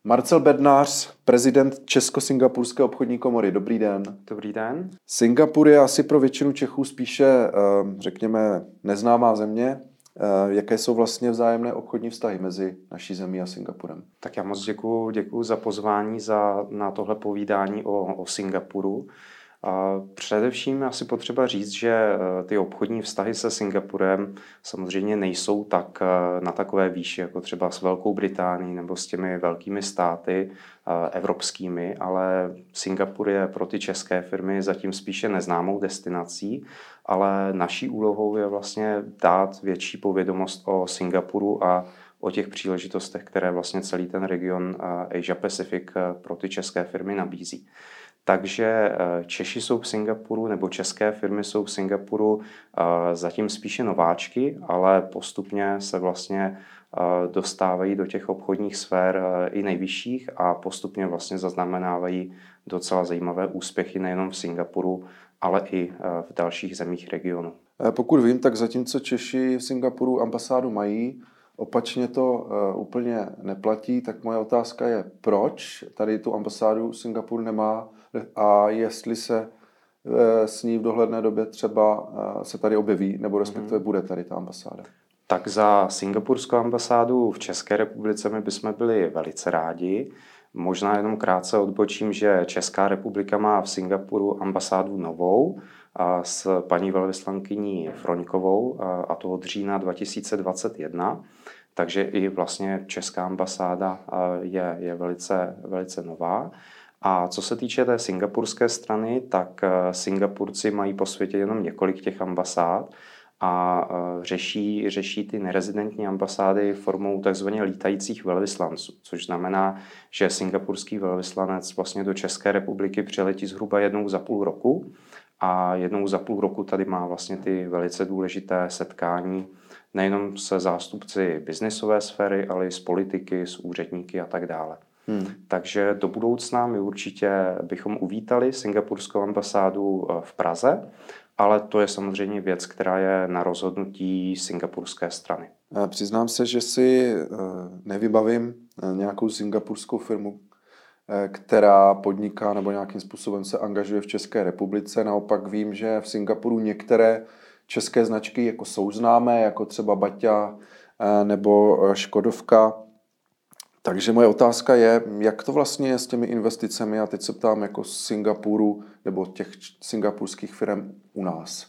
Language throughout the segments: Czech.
Marcel Bednář, prezident Česko-Singapurské obchodní komory. Dobrý den. Dobrý den. Singapur je asi pro většinu Čechů spíše, řekněme, neznámá země. Jaké jsou vlastně vzájemné obchodní vztahy mezi naší zemí a Singapurem? Tak já moc děkuju za pozvání na tohle povídání o Singapuru. Především asi potřeba říct, že ty obchodní vztahy se Singapurem samozřejmě nejsou tak na takové výši, jako třeba s Velkou Británií nebo s těmi velkými státy evropskými, ale Singapur je pro ty české firmy zatím spíše neznámou destinací, ale naší úlohou je vlastně dát větší povědomost o Singapuru a o těch příležitostech, které vlastně celý ten region Asia Pacific pro ty české firmy nabízí. Takže Češi jsou v Singapuru, nebo české firmy jsou v Singapuru zatím spíše nováčky, ale postupně se vlastně dostávají do těch obchodních sfér i nejvyšších a postupně vlastně zaznamenávají docela zajímavé úspěchy nejenom v Singapuru, ale i v dalších zemích regionu. Pokud vím, tak zatímco Češi v Singapuru ambasádu mají, opačně to úplně neplatí, tak moje otázka je, proč tady tu ambasádu Singapur nemá a jestli se s ní v dohledné době třeba se tady objeví, nebo respektive bude tady ta ambasáda. Tak za singapurskou ambasádu v České republice my bychom byli velice rádi. Možná jenom krátce odbočím, že Česká republika má v Singapuru ambasádu novou s paní velvyslankyní Froňkovou, a to od října 2021. Takže i vlastně česká ambasáda je velice, velice nová. A co se týče té singapurské strany, tak Singapurci mají po světě jenom několik těch ambasád a řeší ty nerezidentní ambasády formou takzvaně lítajících velvyslanců, což znamená, že singapurský velvyslanec vlastně do České republiky přiletí zhruba jednou za půl roku a jednou za půl roku tady má vlastně ty velice důležité setkání nejenom se zástupci biznisové sféry, ale i s politiky, s úředníky a tak dále. Takže do budoucna my určitě bychom uvítali singapurskou ambasádu v Praze, ale to je samozřejmě věc, která je na rozhodnutí singapurské strany. Přiznám se, že si nevybavím nějakou singapurskou firmu, která podniká nebo nějakým způsobem se angažuje v České republice. Naopak vím, že v Singapuru některé české značky jako jsou známé, jako třeba Baťa nebo Škodovka. Takže moje otázka je, jak to vlastně je s těmi investicemi, a teď se ptám jako Singapuru nebo těch singapurských firm u nás.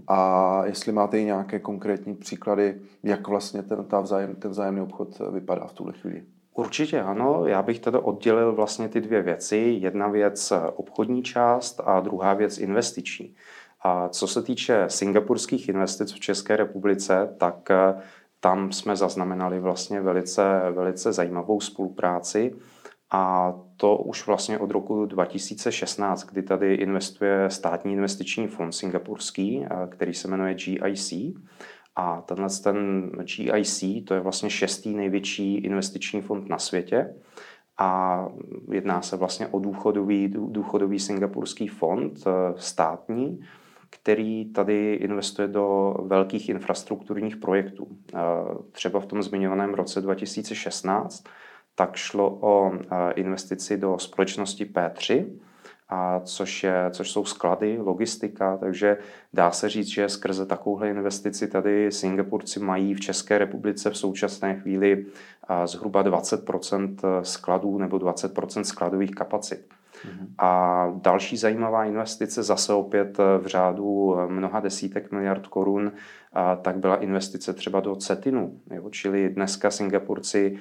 A jestli máte i nějaké konkrétní příklady, jak vlastně ten vzájemný obchod vypadá v tuhle chvíli. Určitě ano, já bych teda oddělil vlastně ty dvě věci. Jedna věc obchodní část a druhá věc investiční. A co se týče singapurských investic v České republice, tak tam jsme zaznamenali vlastně velice zajímavou spolupráci a to už vlastně od roku 2016, kdy tady investuje státní investiční fond singapurský, který se jmenuje GIC. A ten GIC, to je vlastně 6. největší investiční fond na světě a jedná se vlastně o důchodový singapurský fond státní, který tady investuje do velkých infrastrukturních projektů. Třeba v tom zmiňovaném roce 2016 tak šlo o investici do společnosti P3, což jsou sklady, logistika, takže dá se říct, že skrze takovouhle investici tady Singapurci mají v České republice v současné chvíli zhruba 20% skladů nebo 20% skladových kapacit. A další zajímavá investice, zase opět v řádu mnoha desítek miliard korun, tak byla investice třeba do CETINu. Čili dneska Singapurci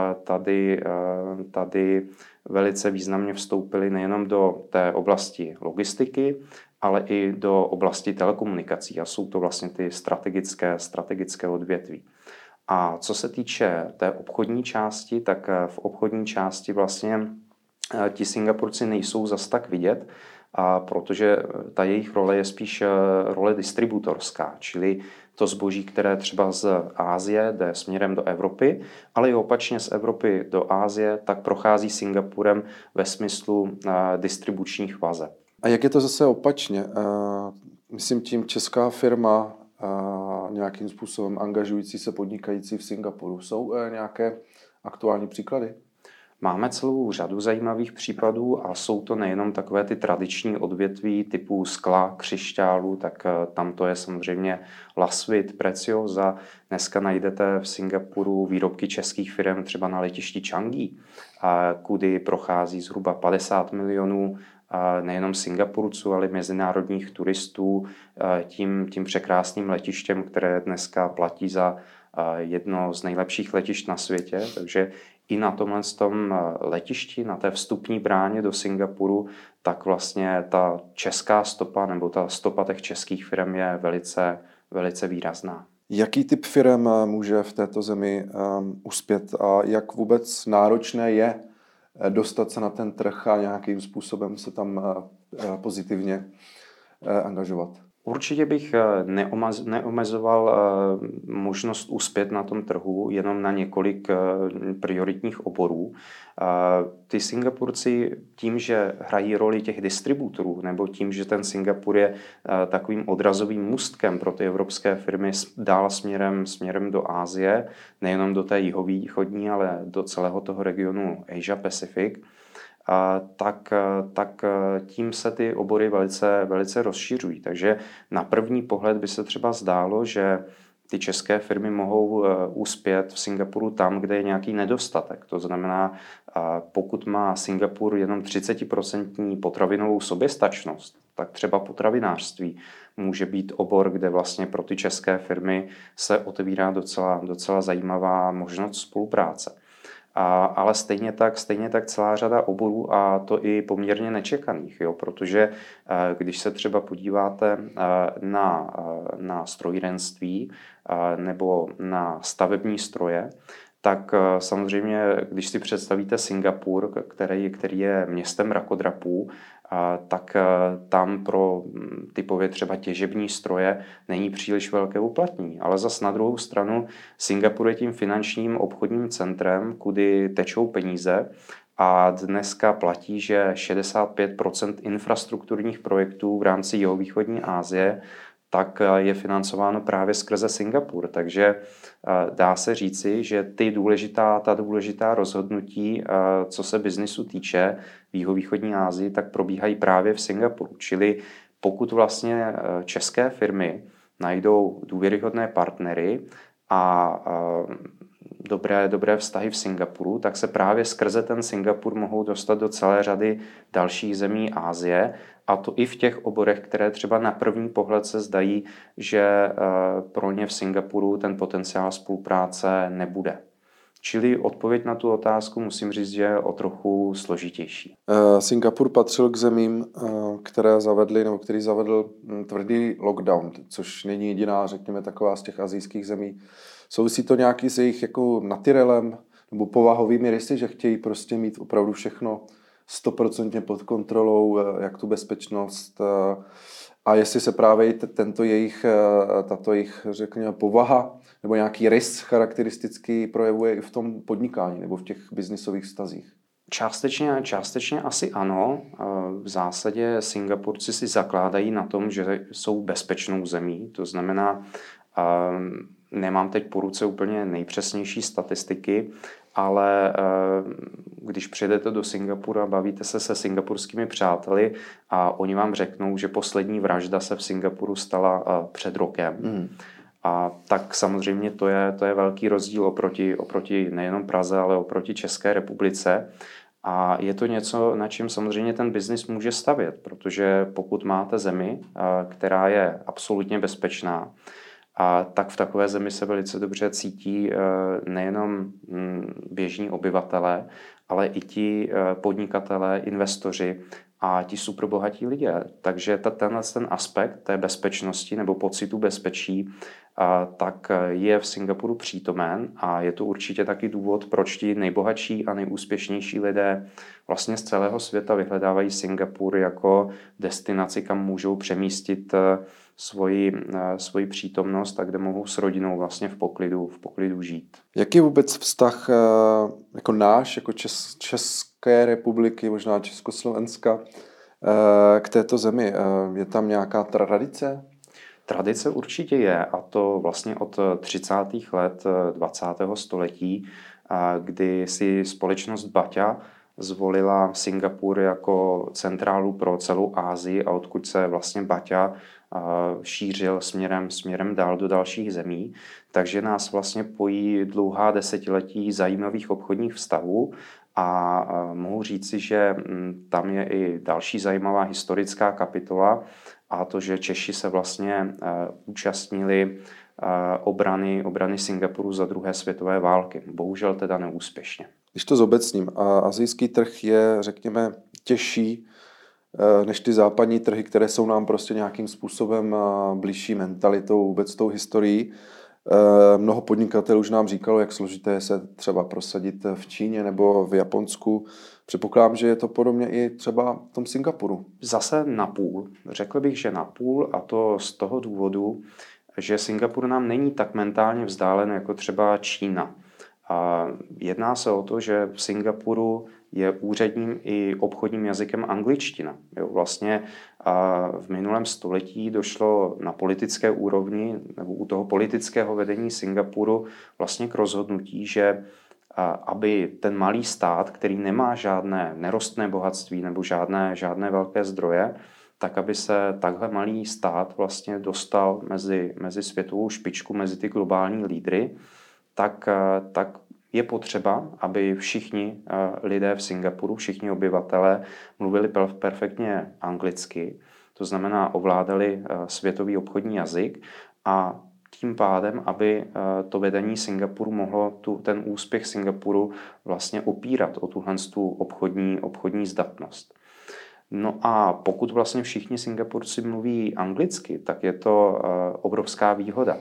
tady velice významně vstoupili nejenom do té oblasti logistiky, ale i do oblasti telekomunikací a jsou to vlastně ty strategické odvětví. A co se týče té obchodní části, tak v obchodní části vlastně ti Singapurci nejsou zas tak vidět, protože ta jejich role je spíš role distributorská, čili to zboží, které třeba z Asie jde směrem do Evropy, ale i opačně z Evropy do Asie, tak prochází Singapurem ve smyslu distribučních vazeb. A jak je to zase opačně? Myslím tím česká firma nějakým způsobem angažující se podnikající v Singapuru. Jsou nějaké aktuální příklady? Máme celou řadu zajímavých případů a jsou to nejenom takové ty tradiční odvětví typu skla, křišťálu, tak tam to je samozřejmě lasvit, preciosa. Dneska najdete v Singapuru výrobky českých firm třeba na letišti Changi, kudy prochází zhruba 50 milionů nejenom Singapurců, ale mezinárodních turistů tím překrásným letištěm, které dneska platí za jedno z nejlepších letišť na světě. Takže i na tomhle tom letišti, na té vstupní bráně do Singapuru, tak vlastně ta česká stopa nebo ta stopa těch českých firm je velice, velice výrazná. Jaký typ firm může v této zemi uspět a jak vůbec náročné je dostat se na ten trh a nějakým způsobem se tam pozitivně angažovat? Určitě bych neomezoval možnost uspět na tom trhu jenom na několik prioritních oborů. Ty Singapurci tím, že hrají roli těch distributorů, nebo tím, že ten Singapur je takovým odrazovým můstkem pro ty evropské firmy dál směrem do Asie, nejenom do té jihovýchodní, ale do celého toho regionu Asia Pacific, tak tím se ty obory velice, velice rozšiřují. Takže na první pohled by se třeba zdálo, že ty české firmy mohou uspět v Singapuru tam, kde je nějaký nedostatek. To znamená, pokud má Singapur jenom 30% potravinovou soběstačnost, tak třeba potravinářství může být obor, kde vlastně pro ty české firmy se otevírá docela zajímavá možnost spolupráce. Ale stejně tak celá řada oborů a to i poměrně nečekaných, jo? Protože když se třeba podíváte na strojírenství nebo na stavební stroje, tak samozřejmě, když si představíte Singapur, který je městem mrakodrapů, tak tam pro typově třeba těžební stroje není příliš velké uplatnění. Ale zas na druhou stranu Singapur je tím finančním obchodním centrem, kudy tečou peníze a dneska platí, že 65% infrastrukturních projektů v rámci jihovýchodní Asie tak je financováno právě skrze Singapur. Takže dá se říci, že ta důležitá rozhodnutí, co se biznisu týče v jihovýchodní Asii, tak probíhají právě v Singapuru. Čili pokud vlastně české firmy najdou důvěryhodné partnery a dobré vztahy v Singapuru, tak se právě skrze ten Singapur mohou dostat do celé řady dalších zemí Asie, a to i v těch oborech, které třeba na první pohled se zdají, že pro ně v Singapuru ten potenciál spolupráce nebude. Čili odpověď na tu otázku musím říct, že je o trochu složitější. Singapur patřil k zemím, který zavedl tvrdý lockdown, což není jediná, řekněme, taková z těch asijských zemí. Souvisí to nějaký s jejich jako natyrelem nebo povahovými rysy, že chtějí prostě mít opravdu všechno 100% pod kontrolou, jak tu bezpečnost, a jestli se právě tato jejich, řekněme, povaha nebo nějaký rys charakteristický projevuje i v tom podnikání nebo v těch biznisových vztazích. Částečně asi ano. V zásadě Singapurci si zakládají na tom, že jsou bezpečnou zemí. To znamená, nemám teď po ruce úplně nejpřesnější statistiky, ale když přijedete do Singapuru a bavíte se se singapurskými přáteli a oni vám řeknou, že poslední vražda se v Singapuru stala před rokem, a tak samozřejmě to je velký rozdíl oproti nejenom Praze, ale oproti České republice. A je to něco, na čem samozřejmě ten biznis může stavět, protože pokud máte zemi, která je absolutně bezpečná, tak v takové zemi se velice dobře cítí nejenom běžní obyvatelé, ale i ti podnikatelé, investoři a ti superbohatí lidé. Takže ten aspekt té bezpečnosti nebo pocitu bezpečí tak je v Singapuru přítomen a je to určitě taky důvod, proč ti nejbohatší a nejúspěšnější lidé vlastně z celého světa vyhledávají Singapur jako destinaci, kam můžou přemístit svoji přítomnost a kde mohou s rodinou vlastně v poklidu žít. Jaký je vůbec vztah jako náš, jako České republiky, možná Československa, k této zemi? Je tam nějaká tradice? Tradice určitě je, a to vlastně od 30. let 20. století, kdy si společnost Baťa zvolila Singapur jako centrálu pro celou Asii a odkud se vlastně Baťa šířil směrem dál do dalších zemí. Takže nás vlastně pojí dlouhá desetiletí zajímavých obchodních vztahů a mohu říci, že tam je i další zajímavá historická kapitola a to, že Češi se vlastně účastnili obrany Singapuru za druhé světové války. Bohužel teda neúspěšně. Když to zobecním, asijský trh je, řekněme, těžší než ty západní trhy, které jsou nám prostě nějakým způsobem bližší mentalitou, vůbec tou historií. Mnoho podnikatelů už nám říkalo, jak složité je se třeba prosadit v Číně nebo v Japonsku. Předpokládám, že je to podobně i třeba v tom Singapuru. Zase napůl. Řekl bych, že napůl, a to z toho důvodu, že Singapur nám není tak mentálně vzdálen jako třeba Čína. A jedná se o to, že v Singapuru je úředním i obchodním jazykem angličtina. Jo, vlastně v minulém století došlo na politické úrovni nebo u toho politického vedení Singapuru vlastně k rozhodnutí, že aby ten malý stát, který nemá žádné nerostné bohatství nebo žádné velké zdroje, tak aby se takhle malý stát vlastně dostal mezi světovou špičku, mezi ty globální lídry, tak je potřeba, aby všichni lidé v Singapuru, všichni obyvatelé mluvili perfektně anglicky, to znamená ovládali světový obchodní jazyk a tím pádem, aby to vedení Singapuru mohlo ten úspěch Singapuru vlastně opírat o tuhle obchodní zdatnost. No a pokud vlastně všichni Singapurci mluví anglicky, tak je to obrovská výhoda.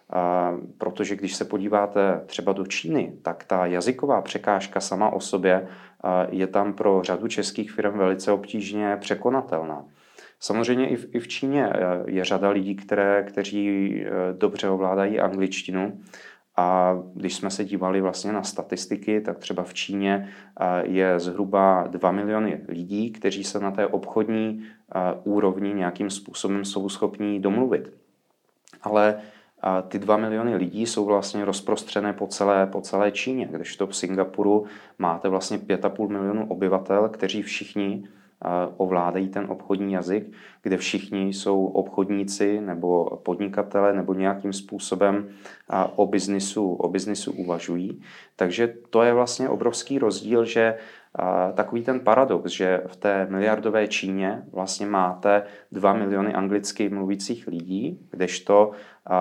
Protože když se podíváte třeba do Číny, tak ta jazyková překážka sama o sobě je tam pro řadu českých firm velice obtížně překonatelná. Samozřejmě i v Číně je řada lidí, kteří dobře ovládají angličtinu. A když jsme se dívali vlastně na statistiky, tak třeba v Číně je zhruba 2 miliony lidí, kteří se na té obchodní úrovni nějakým způsobem jsou schopní domluvit. Ale ty 2 miliony lidí jsou vlastně rozprostřené po celé Číně, kdežto v Singapuru máte vlastně 5,5 milionu obyvatel, kteří všichni ovládají ten obchodní jazyk, kde všichni jsou obchodníci nebo podnikatele nebo nějakým způsobem o biznisu uvažují. Takže to je vlastně obrovský rozdíl, že takový ten paradox, že v té miliardové Číně vlastně máte 2 miliony anglicky mluvících lidí, kdežto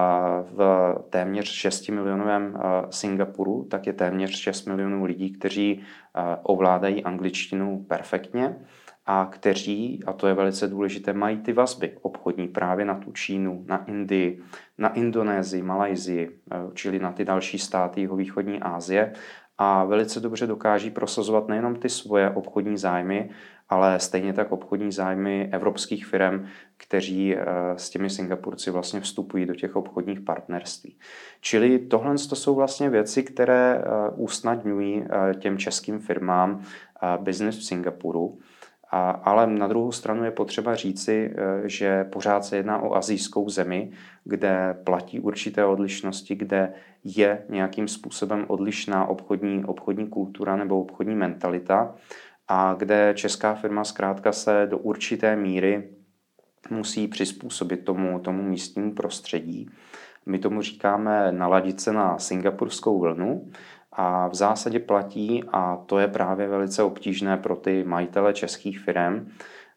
v téměř 6 milionovém Singapuru tak je téměř 6 milionů lidí, kteří ovládají angličtinu perfektně a kteří, a to je velice důležité, mají ty vazby obchodní právě na tu Čínu, na Indii, na Indonésii, Malajsii, čili na ty další státy jihovýchodní Asie a velice dobře dokáží prosazovat nejenom ty svoje obchodní zájmy, ale stejně tak obchodní zájmy evropských firm, kteří s těmi Singapurci vlastně vstupují do těch obchodních partnerství. Čili tohle to jsou vlastně věci, které usnadňují těm českým firmám biznes v Singapuru. Ale na druhou stranu je potřeba říci, že pořád se jedná o asijskou zemi, kde platí určité odlišnosti, kde je nějakým způsobem odlišná obchodní kultura nebo obchodní mentalita a kde česká firma zkrátka se do určité míry musí přizpůsobit tomu místnímu prostředí. My tomu říkáme naladit se na singapurskou vlnu. A v zásadě platí, a to je právě velice obtížné pro ty majitele českých firem,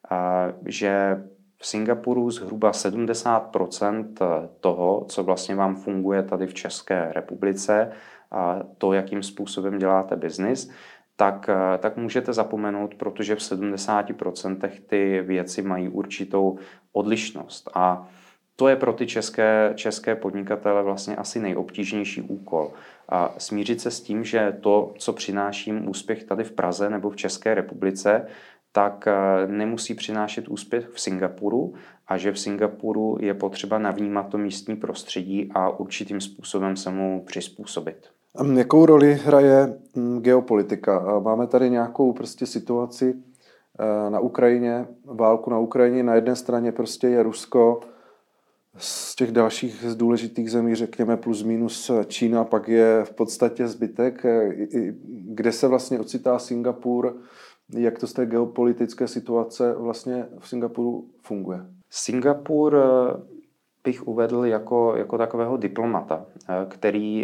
že v Singapuru zhruba 70% toho, co vlastně vám funguje tady v České republice, to, jakým způsobem děláte biznis, tak můžete zapomenout, protože v 70% ty věci mají určitou odlišnost. A to je pro ty české podnikatele vlastně asi nejobtížnější úkol. A smířit se s tím, že to, co přináší úspěch tady v Praze nebo v České republice, tak nemusí přinášet úspěch v Singapuru a že v Singapuru je potřeba navnímat to místní prostředí a určitým způsobem se mu přizpůsobit. Jakou roli hraje geopolitika? Máme tady nějakou prostě situaci na Ukrajině, válku na Ukrajině. Na jedné straně prostě je Rusko, Z těch dalších důležitých zemí, řekněme plus minus Čína, pak je v podstatě zbytek. Kde se vlastně ocitá Singapur? Jak to z té geopolitické situace vlastně v Singapuru funguje? Singapur bych uvedl jako takového diplomata, který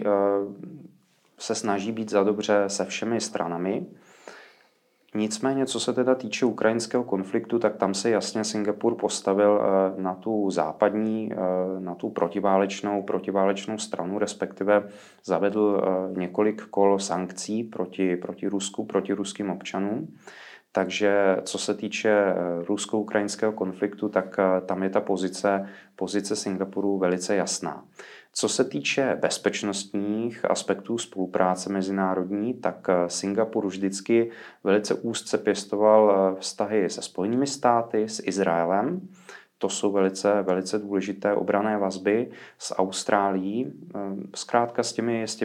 se snaží být za dobře se všemi stranami. Nicméně, co se teda týče ukrajinského konfliktu, tak tam se jasně Singapur postavil na tu západní, na tu protiválečnou stranu, respektive zavedl několik kol sankcí proti Rusku, proti ruským občanům. Takže co se týče rusko-ukrajinského konfliktu, tak tam je ta pozice Singapuru velice jasná. Co se týče bezpečnostních aspektů spolupráce mezinárodní, tak Singapur vždycky velice úzce pěstoval vztahy se Spojenými státy, s Izraelem. To jsou velice důležité obranné vazby s Austrálií, zkrátka s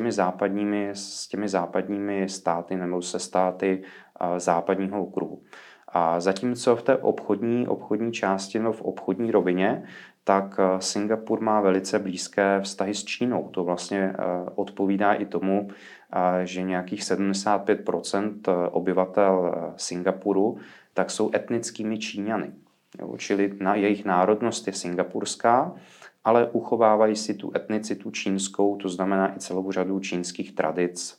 těmi západními státy nebo se státy západního okruhu. A zatímco v té obchodní části nebo v obchodní rovině, tak Singapur má velice blízké vztahy s Čínou. To vlastně odpovídá i tomu, že nějakých 75% obyvatel Singapuru tak jsou etnickými Číňany. Čili jejich národnost je singapurská, ale uchovávají si tu etnicitu čínskou, to znamená i celou řadu čínských tradic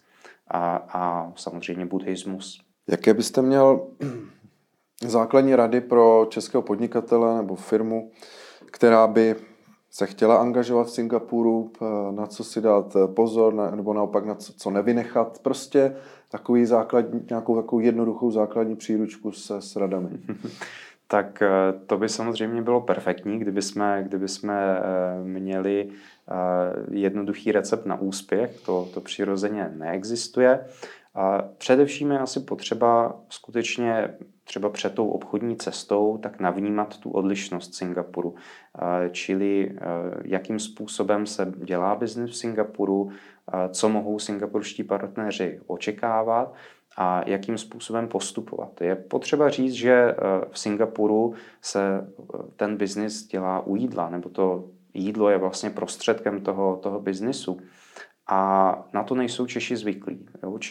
a samozřejmě buddhismus. Jaké byste měl základní rady pro českého podnikatele nebo firmu, která by se chtěla angažovat v Singapuru, na co si dát pozor, nebo naopak na co nevynechat? Prostě nějakou takovou jednoduchou základní příručku s radami. Tak to by samozřejmě bylo perfektní, kdyby jsme měli jednoduchý recept na úspěch. To přirozeně neexistuje. Především je asi potřeba skutečně třeba před tou obchodní cestou tak navnímat tu odlišnost Singapuru, čili jakým způsobem se dělá biznis v Singapuru, co mohou singapurští partneři očekávat a jakým způsobem postupovat. Je potřeba říct, že v Singapuru se ten biznis dělá u jídla, nebo to jídlo je vlastně prostředkem toho biznisu. A na to nejsou Češi zvyklí.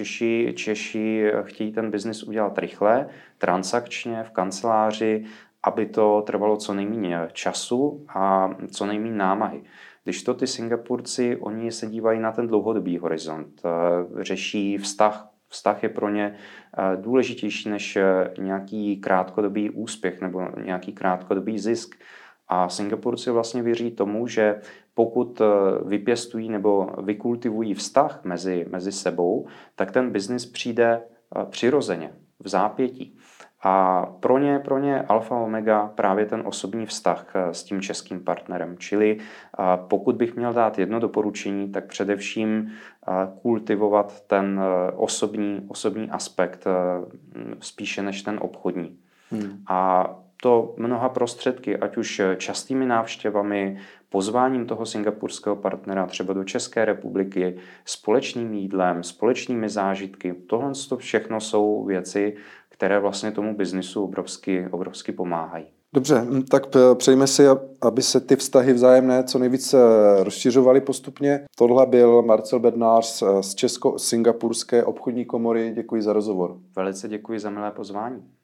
Češi chtějí ten biznis udělat rychle, transakčně, v kanceláři, aby to trvalo co nejméně času a co nejméně námahy. Když to ty Singapurci, oni se dívají na ten dlouhodobý horizont, řeší vztah. Vztah je pro ně důležitější než nějaký krátkodobý úspěch nebo nějaký krátkodobý zisk. A Singapurci vlastně věří tomu, že pokud vypěstují nebo vykultivují vztah mezi sebou, tak ten biznis přijde přirozeně, v zápětí. A pro ně alfa omega právě ten osobní vztah s tím českým partnerem. Čili pokud bych měl dát jedno doporučení, tak především kultivovat ten osobní aspekt spíše než ten obchodní. A to mnoha prostředky, ať už častými návštěvami, pozváním toho singapurského partnera třeba do České republiky, společným jídlem, společnými zážitky. Tohle všechno jsou věci, které vlastně tomu biznisu obrovsky pomáhají. Dobře, tak přejme si, aby se ty vztahy vzájemné co nejvíce rozšiřovaly postupně. Tohle byl Marcel Bednář z Česko-Singapurské obchodní komory. Děkuji za rozhovor. Velice děkuji za milé pozvání.